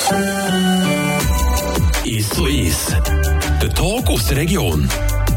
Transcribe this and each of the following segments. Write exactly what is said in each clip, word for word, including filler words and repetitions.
eins zu eins. Der Talk aus der Region.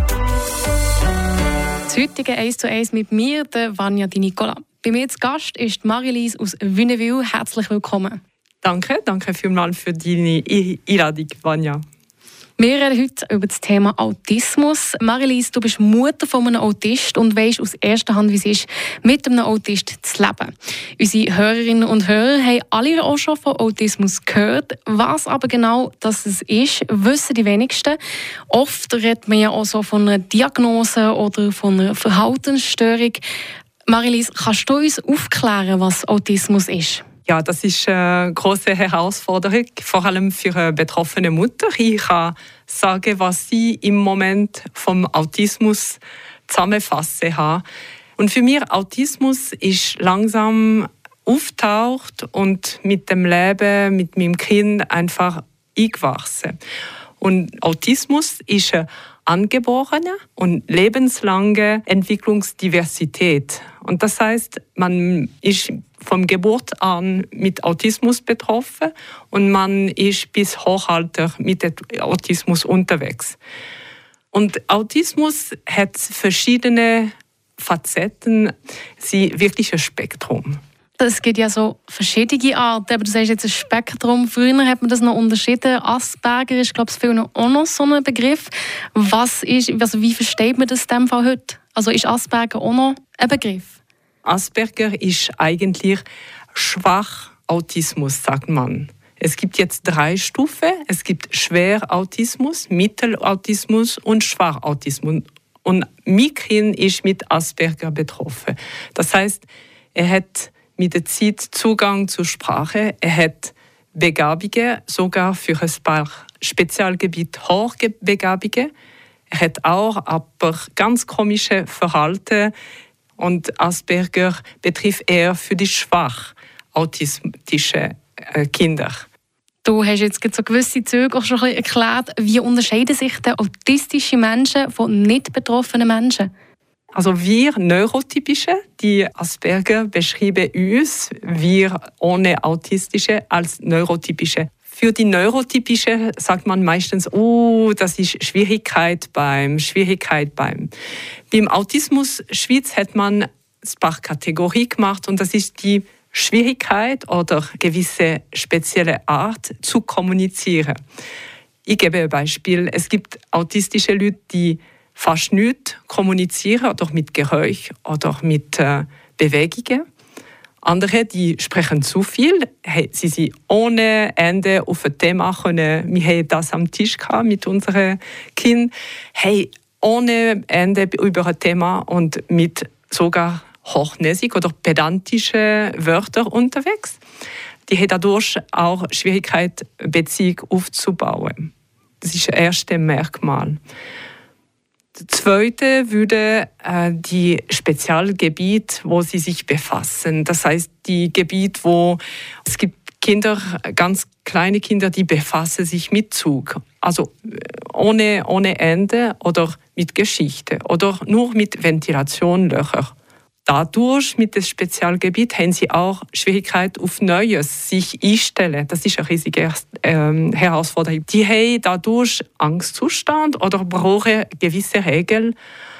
Das heutige eins zu eins mit mir, der Vanja Di Nicola. Bei mir zu Gast ist Marie-Lise aus Wünnewil. Herzlich willkommen. Danke, danke vielmals für deine Einladung, Vanja. Wir reden heute über das Thema Autismus. Marie-Lise, du bist Mutter von einem Autist und weisst aus erster Hand, wie es ist, mit einem Autist zu leben. Unsere Hörerinnen und Hörer haben alle auch schon von Autismus gehört. Was aber genau das ist, wissen die wenigsten. Oft redet man ja auch so von einer Diagnose oder von einer Verhaltensstörung. Marie-Lise, kannst du uns aufklären, was Autismus ist? Ja, das ist eine große Herausforderung, vor allem für eine betroffene Mutter. Ich kann sagen, was sie im Moment vom Autismus zusammenfassen habe. Und für mich Autismus ist langsam auftaucht und mit dem Leben, mit meinem Kind einfach eingewachsen. Und Autismus ist eine angeborene und lebenslange Entwicklungsdiversität. Und das heißt, man ist von Geburt an mit Autismus betroffen und man ist bis Hochalter mit Autismus unterwegs. Und Autismus hat verschiedene Facetten, sie wirklich ein Spektrum. Es gibt ja so verschiedene Arten, aber du sagst jetzt ein Spektrum. Früher hat man das noch unterschieden. Asperger ist, glaube ich, für auch noch so ein Begriff. Was ist, also wie versteht man das in diesem Fall heute? Also ist Asperger auch noch ein Begriff? Asperger ist eigentlich schwach Autismus, sagt man. Es gibt jetzt drei Stufen. Es gibt Schwerautismus, Mittelautismus und Schwachautismus. Und mein Kind ist mit Asperger betroffen. Das heißt, er hat mit der Zeit Zugang zur Sprache. Er hat Begabungen, sogar für ein paar Spezialgebiete Hochbegabungen. Er hat auch aber ganz komische Verhalten. Und Asperger betrifft eher für die schwach autistischen Kinder. Du hast jetzt so gewisse Züge auch schon ein bisschen erklärt. Wie unterscheiden sich denn autistische Menschen von nicht betroffenen Menschen? Also wir Neurotypische, die Asperger beschreiben uns, wir ohne Autistische, als Neurotypische. Für die Neurotypische sagt man meistens, oh, das ist Schwierigkeit beim, Schwierigkeit beim. Beim Autismus Schweiz hat man ein paar Kategorien gemacht und das ist die Schwierigkeit oder gewisse spezielle Art zu kommunizieren. Ich gebe ein Beispiel. Es gibt autistische Leute, die fast nicht kommunizieren, oder mit Geräusch oder mit äh, Bewegungen. Andere, die sprechen zu viel. Hey, sie sind ohne Ende auf ein Thema können. Wir haben das am Tisch gehabt mit unseren Kindern. Hey, ohne Ende über ein Thema und mit sogar hochnäsig oder pedantischen Wörtern unterwegs. Die haben dadurch auch Schwierigkeit, Beziehung aufzubauen. Das ist das erste Merkmal. Das zweite würde äh, die Spezialgebiete, wo sie sich befassen. Das heißt, die Gebiete, wo es gibt Kinder, ganz kleine Kinder, die befassen sich mit Zug. Also ohne, ohne Ende oder mit Geschichte oder nur mit Ventilationslöchern. Dadurch, mit dem Spezialgebiet, haben sie auch Schwierigkeit auf Neues, sich einstellen. Das ist eine riesige ähm, Herausforderung. Die haben dadurch Angstzustand oder brauchen gewisse Regeln.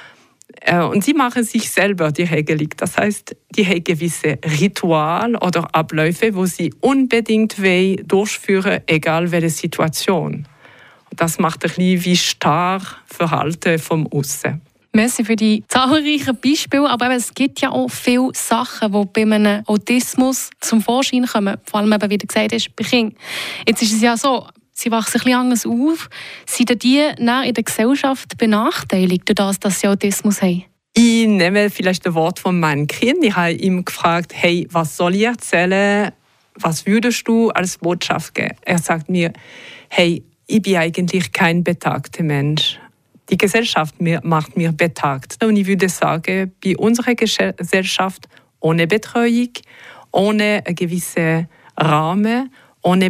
Äh, und sie machen sich selber die Regelung. Das heißt, die haben gewisse Rituale oder Abläufe, wo sie unbedingt durchführen, egal welche Situation. Das macht ein bisschen wie starr Verhalten vom Aussen. Merci für die zahlreichen Beispiele, aber eben, es gibt ja auch viele Sachen, die bei einem Autismus zum Vorschein kommen. Vor allem, eben, wie du gesagt hast, bei Kindern. Jetzt ist es ja so, sie wachsen ein bisschen anders auf. Sind die dann in der Gesellschaft benachteiligt, durch das, dass sie Autismus haben? Ich nehme vielleicht das Wort von meinem Kind. Ich habe ihm gefragt, hey, was soll ich erzählen? Was würdest du als Botschaft geben? Er sagt mir, hey, ich bin eigentlich kein betagter Mensch. Die Gesellschaft macht mir betagt. Und ich würde sagen, bei unserer Gesellschaft ohne Betreuung, ohne einen gewissen Rahmen, ohne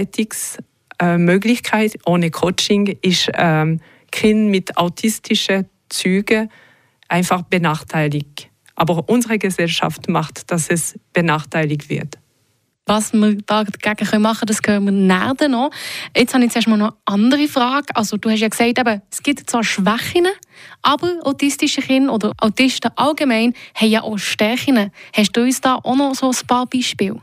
Begleitungsmöglichkeit, ohne Coaching, ist ähm, Kind mit autistischen Zügen einfach benachteiligt. Aber unsere Gesellschaft macht, dass es benachteiligt wird. Was wir dagegen machen können, das hören wir nachher noch. Jetzt habe ich zuerst mal noch eine andere Frage. Also, du hast ja gesagt, eben, es gibt zwar Schwächen, aber autistische Kinder oder Autisten allgemein haben ja auch Stärken. Hast du uns da auch noch so ein paar Beispiele?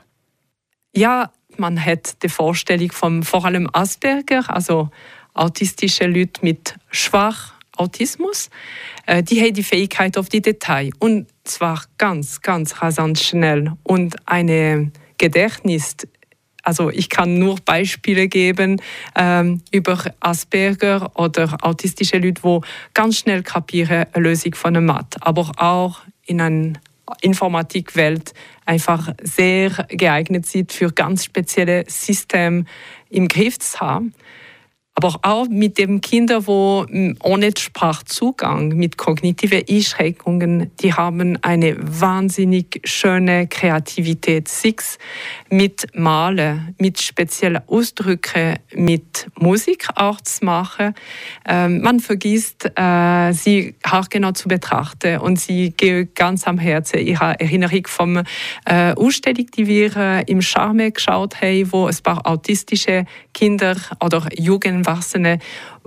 Ja, man hat die Vorstellung von vor allem Asperger, also autistische Leute mit schwach Autismus. Die haben die Fähigkeit auf die Details und zwar ganz, ganz rasant schnell und eine Gedächtnis. Also ich kann nur Beispiele geben ähm, über Asperger oder autistische Leute, die ganz schnell kapieren eine Lösung von einem Mathe, aber auch in einer Informatikwelt einfach sehr geeignet sind, für ganz spezielle Systeme im Griff zu haben. Aber auch mit den Kindern, die ohne Sprachzugang, mit kognitiven Einschränkungen, die haben eine wahnsinnig schöne Kreativität. Six mit Malen, mit speziellen Ausdrücken, mit Musik auch zu machen. Ähm, man vergisst, äh, sie haargenau zu betrachten und sie gehen ganz am Herzen. Ich habe Erinnerung von äh, Ausstellung, die wir äh, im Charme geschaut haben, wo ein paar autistische Kinder oder Jugendliche Erwachsene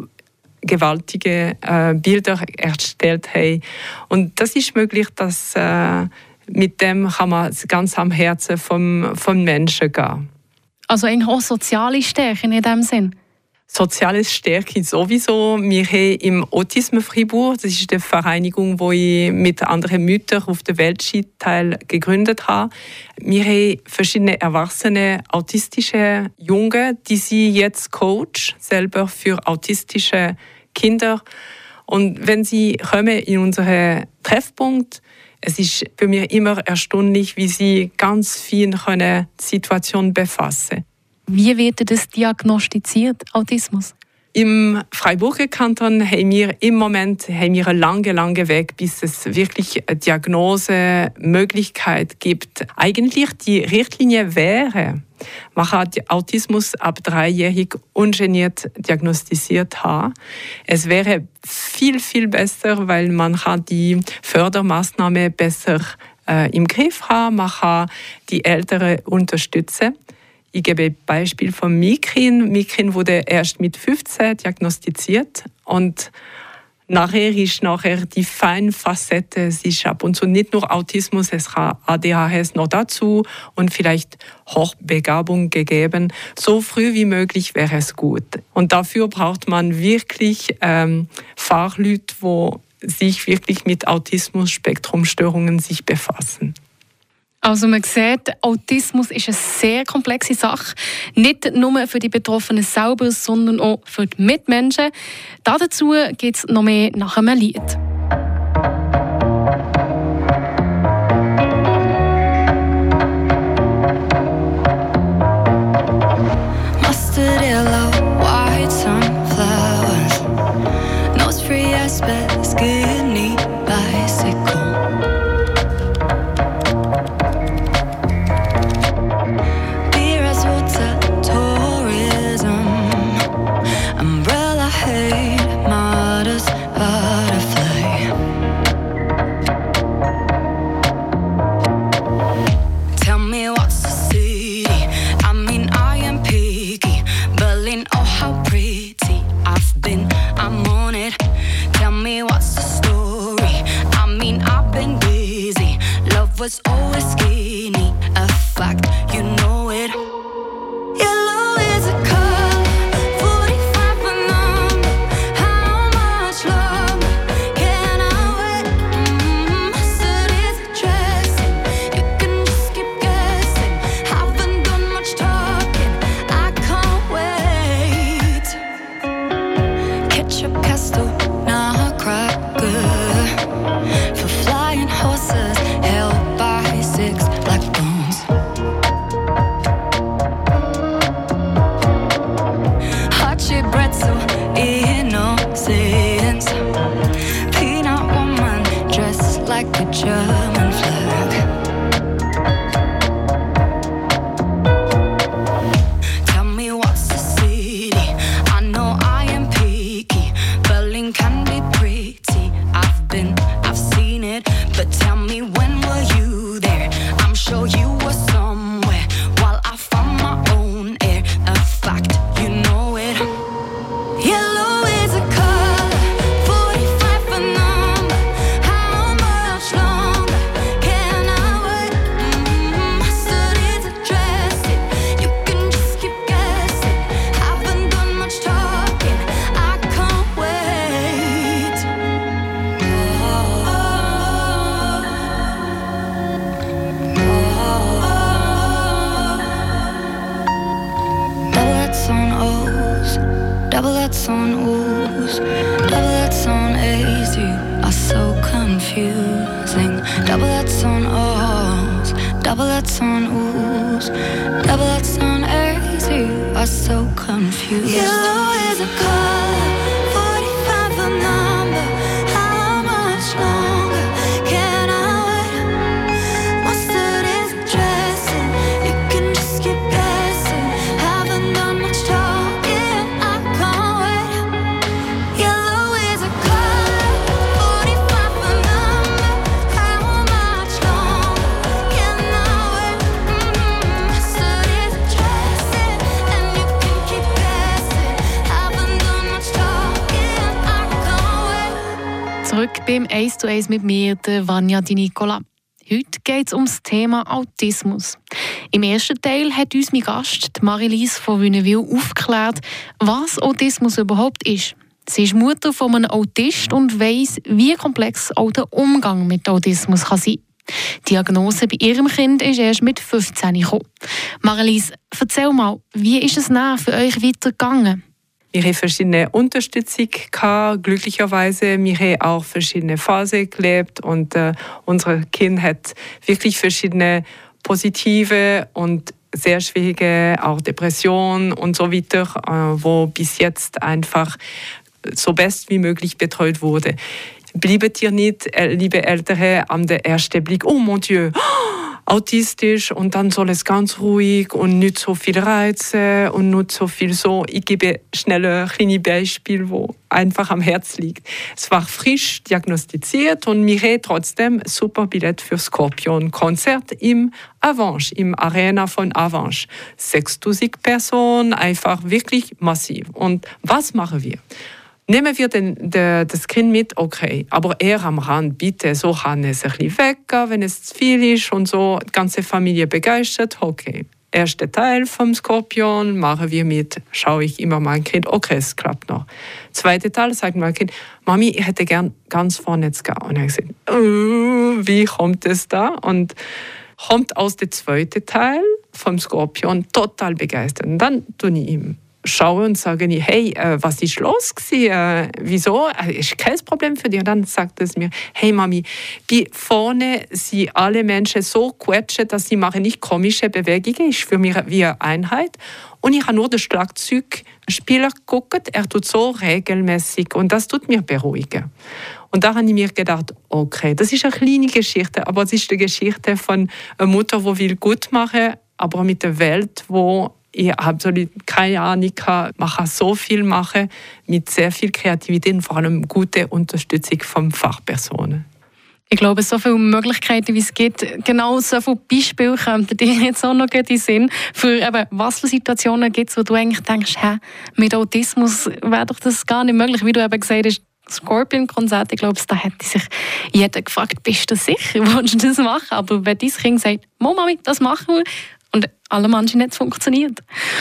gewaltige äh, Bilder erstellt haben. Und das ist möglich, dass äh, mit dem kann man ganz am Herzen vom, vom Menschen gehen. Also eigentlich auch soziale Stärken in diesem Sinn? Soziale Stärke sowieso. Wir haben im Autisme Fribourg, das ist eine Vereinigung, die ich mit anderen Müttern auf der Weltskiteil gegründet habe. Wir haben verschiedene erwachsene autistische Jungen, die sie jetzt coachen, selber für autistische Kinder. Und wenn sie kommen in unseren Treffpunkt, es ist für mich immer erstaunlich, wie sie ganz viel die Situation befassen können. Wie wird das diagnostiziert, Autismus? Im Freiburger Kanton haben wir im Moment haben wir einen langen, langen Weg, bis es wirklich eine Diagnosemöglichkeit gibt. Eigentlich die Richtlinie wäre, man kann Autismus ab dreijährig ungeniert diagnostiziert haben. Es wäre viel, viel besser, weil man kann die Fördermaßnahmen besser äh, im Griff haben, man kann die Eltern unterstützen. Ich gebe ein Beispiel von Mikrin. Mikrin wurde erst mit fünfzehn diagnostiziert und nachher ist nachher die feine Facette, es ist ab und zu nicht nur Autismus, es kann A D H S noch dazu und vielleicht Hochbegabung gegeben. So früh wie möglich wäre es gut. Und dafür braucht man wirklich ähm, Fachleute, die sich wirklich mit Autismus-Spektrumstörungen sich befassen. Also man sieht, Autismus ist eine sehr komplexe Sache. Nicht nur für die Betroffenen selber, sondern auch für die Mitmenschen. Dazu gibt es noch mehr nach einem Lied. Mustard yellow, white sunflowers, nose free asbestos, skinny bicycle. Was always skinny, a fact, you know it. Yellow is a color, forty-five for numb. How much love can I wait? Mm-hmm. Mustard is a dressing, you can just keep guessing. Haven't done much talking, I can't wait. Ketchup, castle, nutcracker, for flying horses, hell. Six black bones. Hot chip pretzel, innocence. Peanut woman dressed like a German flag. Tell me what's the city? I know I am picky. Berlin can be pretty. I've been, I've seen it. But tell me when were you? Sure you were somewhere while I double X on ooze, double X on A's. You are so confusing. Double X on O's, double X on ooze, double X on A's. You are so confused. Yellow is a color, forty-five a number. How much longer can I wait? Mustard is dressing, you can just keep guessing. Haven't done much talking, I can't wait. Yellow is a color, forty-five a number. How much longer can I wait? Mm-hmm. Mustard is dressing, and you can keep guessing. Haven't done much talking, I can't wait. Zurück beim eins zu eins mit mir, der Vanja Di Nicola. Heute geht es um das Thema Autismus. Im ersten Teil hat uns mein Gast, Marie-Lise von Wünnewil, aufgeklärt, was Autismus überhaupt ist. Sie ist Mutter von einem Autist und weiss, wie komplex auch der Umgang mit Autismus kann sein. Die Diagnose bei ihrem Kind ist erst mit fünfzehn gekommen. Marie-Lise, erzähl mal, wie ist es nachher für euch weitergegangen? Wir haben verschiedene Unterstützung gehabt, glücklicherweise. Wir haben auch verschiedene Phasen gelebt und äh, unser Kind hat wirklich verschiedene positive und sehr schwierige auch Depressionen und so weiter, äh, wo bis jetzt einfach so best wie möglich betreut wurde. Bliebet ihr nicht, äh, liebe Eltern, am ersten Blick, oh mon Dieu, autistisch und dann soll es ganz ruhig und nicht so viel Reize und nicht so viel so. Ich gebe schnell ein kleines Beispiel, wo einfach am Herz liegt. Es war frisch diagnostiziert und wir haben trotzdem ein super Billett für Skorpion-Konzert im Avanche, im Arena von Avanche. sechstausend Personen, einfach wirklich massiv. Und was machen wir? Nehmen wir den, den, das Kind mit, okay, aber eher am Rand, bitte, so kann es ein bisschen weggehen, wenn es zu viel ist und so, die ganze Familie begeistert, okay. Erster Teil vom Skorpion machen wir mit, schaue ich immer mein Kind, okay, es klappt noch. Zweiter Teil sagt mein Kind, Mami, ich hätte gern ganz vorne zu gehen. Und er sagt, uh, wie kommt es da? Und kommt aus dem zweiten Teil vom Skorpion total begeistert. Und dann tue ich ihm schaue und sage ich, hey, äh, was ist los gewesen? Äh, wieso? Äh, ist kein Problem für dich? Und dann sagt es mir, hey Mami, bei vorne sind alle Menschen so quetschen, dass sie machen nicht komische Bewegungen, ist für mich wie eine Einheit. Und ich habe nur den Schlagzeugspieler geguckt, er tut so regelmäßig und das tut mich beruhigen. Und da habe ich mir gedacht, okay, das ist eine kleine Geschichte, aber es ist die Geschichte von einer Mutter, die will gut machen, aber mit der Welt, wo ich habe keine Ahnung, man kann so viel machen mit sehr viel Kreativität und vor allem gute Unterstützung von Fachpersonen. Ich glaube, so viele Möglichkeiten, wie es gibt, genau so viele Beispiele kommen dir jetzt auch noch in den Sinn, für eben, was für Situationen gibt es, wo du eigentlich denkst, hä, mit Autismus wäre doch das gar nicht möglich, wie du eben gesagt hast, Scorpion-Konzert, ich glaube, da hätte sich jeder gefragt, bist du sicher, willst du das machen? Aber wenn dein Kind sagt, Mami, das machen wir, und alle Menschen hat es funktioniert.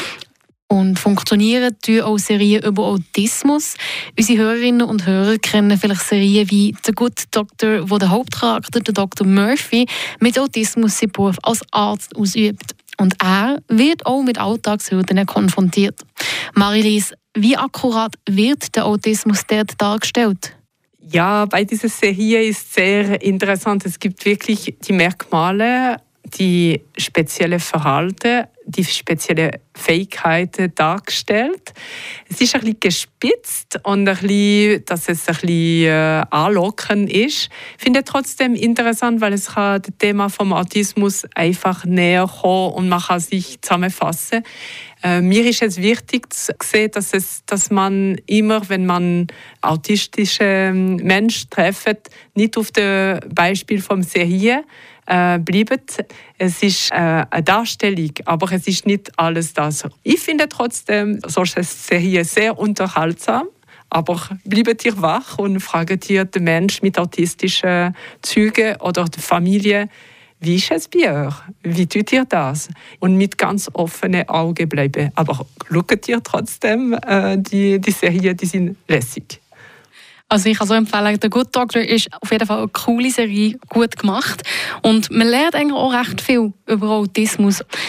Und funktionieren tun auch Serien über Autismus. Unsere Hörerinnen und Hörer kennen vielleicht Serien wie «The Good Doctor», wo der Hauptcharakter, der Doktor Murphy, mit Autismus seinen Beruf als Arzt ausübt. Und er wird auch mit Alltagshürden konfrontiert. Marie-Lise, wie akkurat wird der Autismus dort dargestellt? Ja, bei dieser Serie ist sehr interessant. Es gibt wirklich die Merkmale, die spezielle Verhalten, die spezielle Fähigkeiten dargestellt. Es ist ein bisschen gespitzt und ein bisschen, dass es ein bisschen äh, anlockend ist. Ich finde es trotzdem interessant, weil es kann das Thema vom Autismus einfach näher kommen und man kann sich zusammenfassen. Äh, mir ist es wichtig zu sehen, dass, es, dass man immer, wenn man autistische Menschen trifft, nicht auf das Beispiel vom Serie äh, bleibt. Es ist äh, eine Darstellung, aber es ist nicht alles das. Ich finde trotzdem solche Serien sehr unterhaltsam. Aber bleibt ihr wach und fragt ihr den Menschen mit autistischen Zügen oder die Familie, wie ist es bei euch? Wie tut ihr das? Und mit ganz offenen Augen bleiben. Aber schaut ihr trotzdem äh, die, die Serien, die sind lässig. Also ich kann so empfehlen, «The Good Doctor» ist auf jeden Fall eine coole Serie, gut gemacht. Und man lernt eigentlich auch recht viel über Autismus.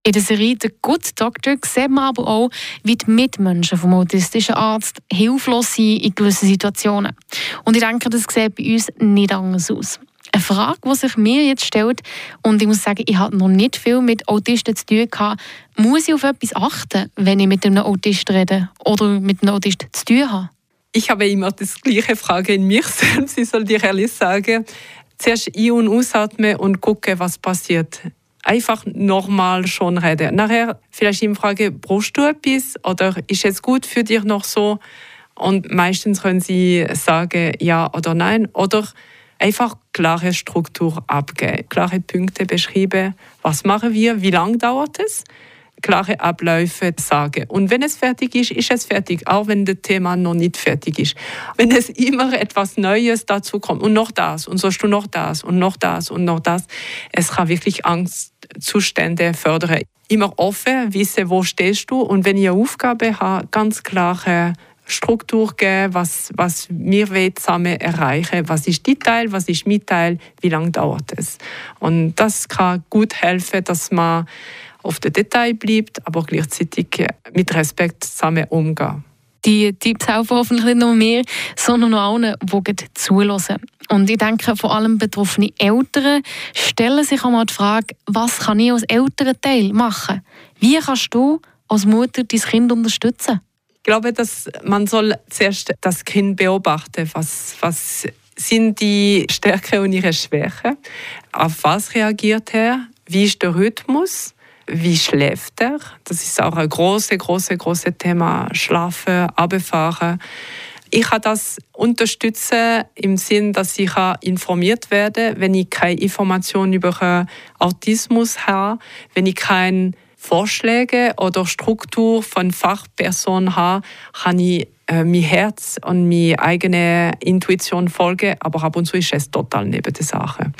In der Serie «The Good Doctor» sieht man aber auch, wie die Mitmenschen vom autistischen Arzt hilflos sind in gewissen Situationen. Und ich denke, das sieht bei uns nicht anders aus. Eine Frage, die sich mir jetzt stellt, und ich muss sagen, ich habe noch nicht viel mit Autisten zu tun gehabt, muss ich auf etwas achten, wenn ich mit einem Autist rede oder mit einem Autist zu tun habe? Ich habe immer die gleiche Frage in mir selbst, ich soll dir ehrlich sagen. Zuerst ein- und ausatmen und gucken, was passiert. Einfach normal schon reden. Nachher vielleicht ihm fragen, brauchst du etwas oder ist es gut für dich noch so? Und meistens können sie sagen ja oder nein oder einfach klare Struktur abgeben, klare Punkte beschreiben. Was machen wir? Wie lange dauert es? Klare Abläufe sagen. Und wenn es fertig ist, ist es fertig, auch wenn das Thema noch nicht fertig ist. Wenn es immer etwas Neues dazu kommt und noch das und sollst du noch das und noch das und noch das, es kann wirklich Angstzustände fördern. Immer offen, wissen, wo stehst du und wenn ich eine Aufgabe habe, ganz klare Struktur geben, was, was wir zusammen erreichen, was ist die Teil, was ist mein Teil, wie lange dauert es. Und das kann gut helfen, dass man auf den Detail bleibt, aber gleichzeitig mit Respekt zusammen umgehen. Die Tipps helfen hoffentlich nicht nur mir, sondern auch allen, die zuhören. Und ich denke, vor allem betroffene Eltern stellen sich einmal die Frage, was kann ich als Elternteil machen? Wie kannst du als Mutter dein Kind unterstützen? Ich glaube, dass man soll zuerst das Kind beobachten, was, was sind die Stärken und ihre Schwächen, auf was reagiert er, wie ist der Rhythmus, wie schläft er? Das ist auch ein großes, großes, großes Thema. Schlafen, runterfahren. Ich kann das unterstützen im Sinn, dass ich informiert werde, wenn ich keine Informationen über Autismus habe, wenn ich keine Vorschläge oder Struktur von Fachpersonen habe, kann ich äh, mein Herz und meine eigene Intuition folgen, aber ab und zu ist es total neben der Sache.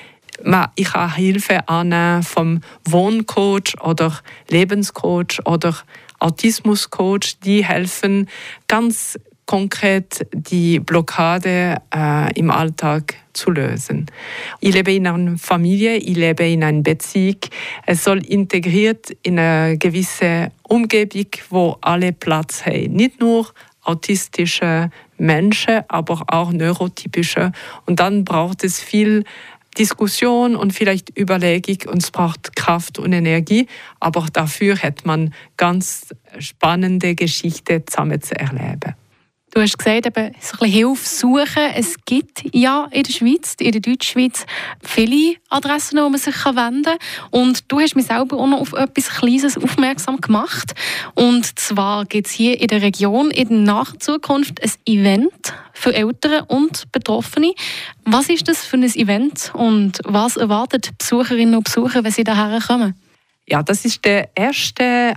Ich kann Hilfe annehmen vom Wohncoach oder Lebenscoach oder Autismuscoach, die helfen ganz konkret die Blockade äh, im Alltag zu lösen. Ich lebe in einer Familie, ich lebe in einer Beziehung. Es soll integriert in eine gewisse Umgebung, wo alle Platz haben. Nicht nur autistische Menschen, aber auch neurotypische. Und dann braucht es viel Diskussion und vielleicht Überlegung und es braucht Kraft und Energie, aber dafür hat man ganz spannende Geschichten zusammen zu erleben. Du hast gesagt, eben, so ein bisschen Hilfe suchen. Es gibt ja in der Schweiz, in der Deutschschweiz, viele Adressen, wo man sich wenden kann. Und du hast mich selber auch noch auf etwas Kleines aufmerksam gemacht. Und zwar gibt es hier in der Region in der nahen Zukunft ein Event für Eltern und Betroffene. Was ist das für ein Event und was erwartet Besucherinnen und Besucher, wenn sie hierher kommen? Ja, das ist der erste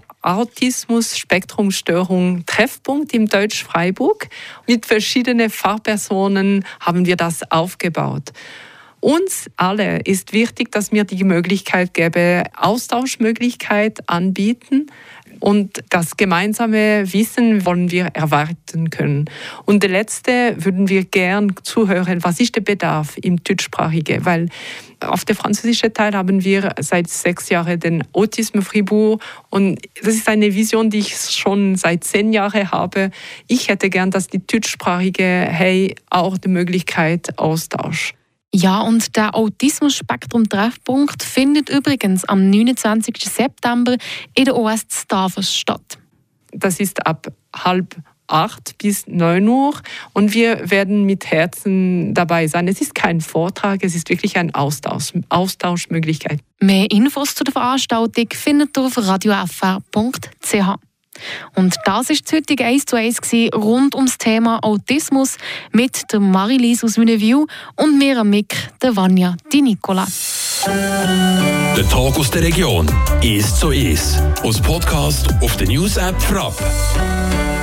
Autismus-Spektrum-Störung-Treffpunkt im Deutsch Freiburg. Mit verschiedenen Fachpersonen haben wir das aufgebaut. Uns alle ist wichtig, dass wir die Möglichkeit geben, Austauschmöglichkeit anbieten. Und das gemeinsame Wissen wollen wir erwarten können. Und der letzte würden wir gern zuhören, was ist der Bedarf im Deutschsprachigen? Weil auf der französischen Teil haben wir seit sechs Jahren den Autisme Fribourg. Und das ist eine Vision, die ich schon seit zehn Jahren habe. Ich hätte gern, dass die Deutschsprachige hey, auch die Möglichkeit Austausch. Ja, und der Autismus-Spektrum-Treffpunkt findet übrigens am neunundzwanzigsten September in der O S Stavers statt. Das ist ab halb acht bis neun Uhr und wir werden mit Herzen dabei sein. Es ist kein Vortrag, es ist wirklich eine Austausch, Austauschmöglichkeit. Mehr Infos zu der Veranstaltung findet ihr auf radio f r punkt c h. Und das war das heutige eins zu eins rund ums Thema Autismus mit der Marie-Lise aus Wünnewil und mir am Mic, der Vanja Di Nicola. Der Tag aus der Region. eins zu eins. Als Podcast auf der News-App Frapp.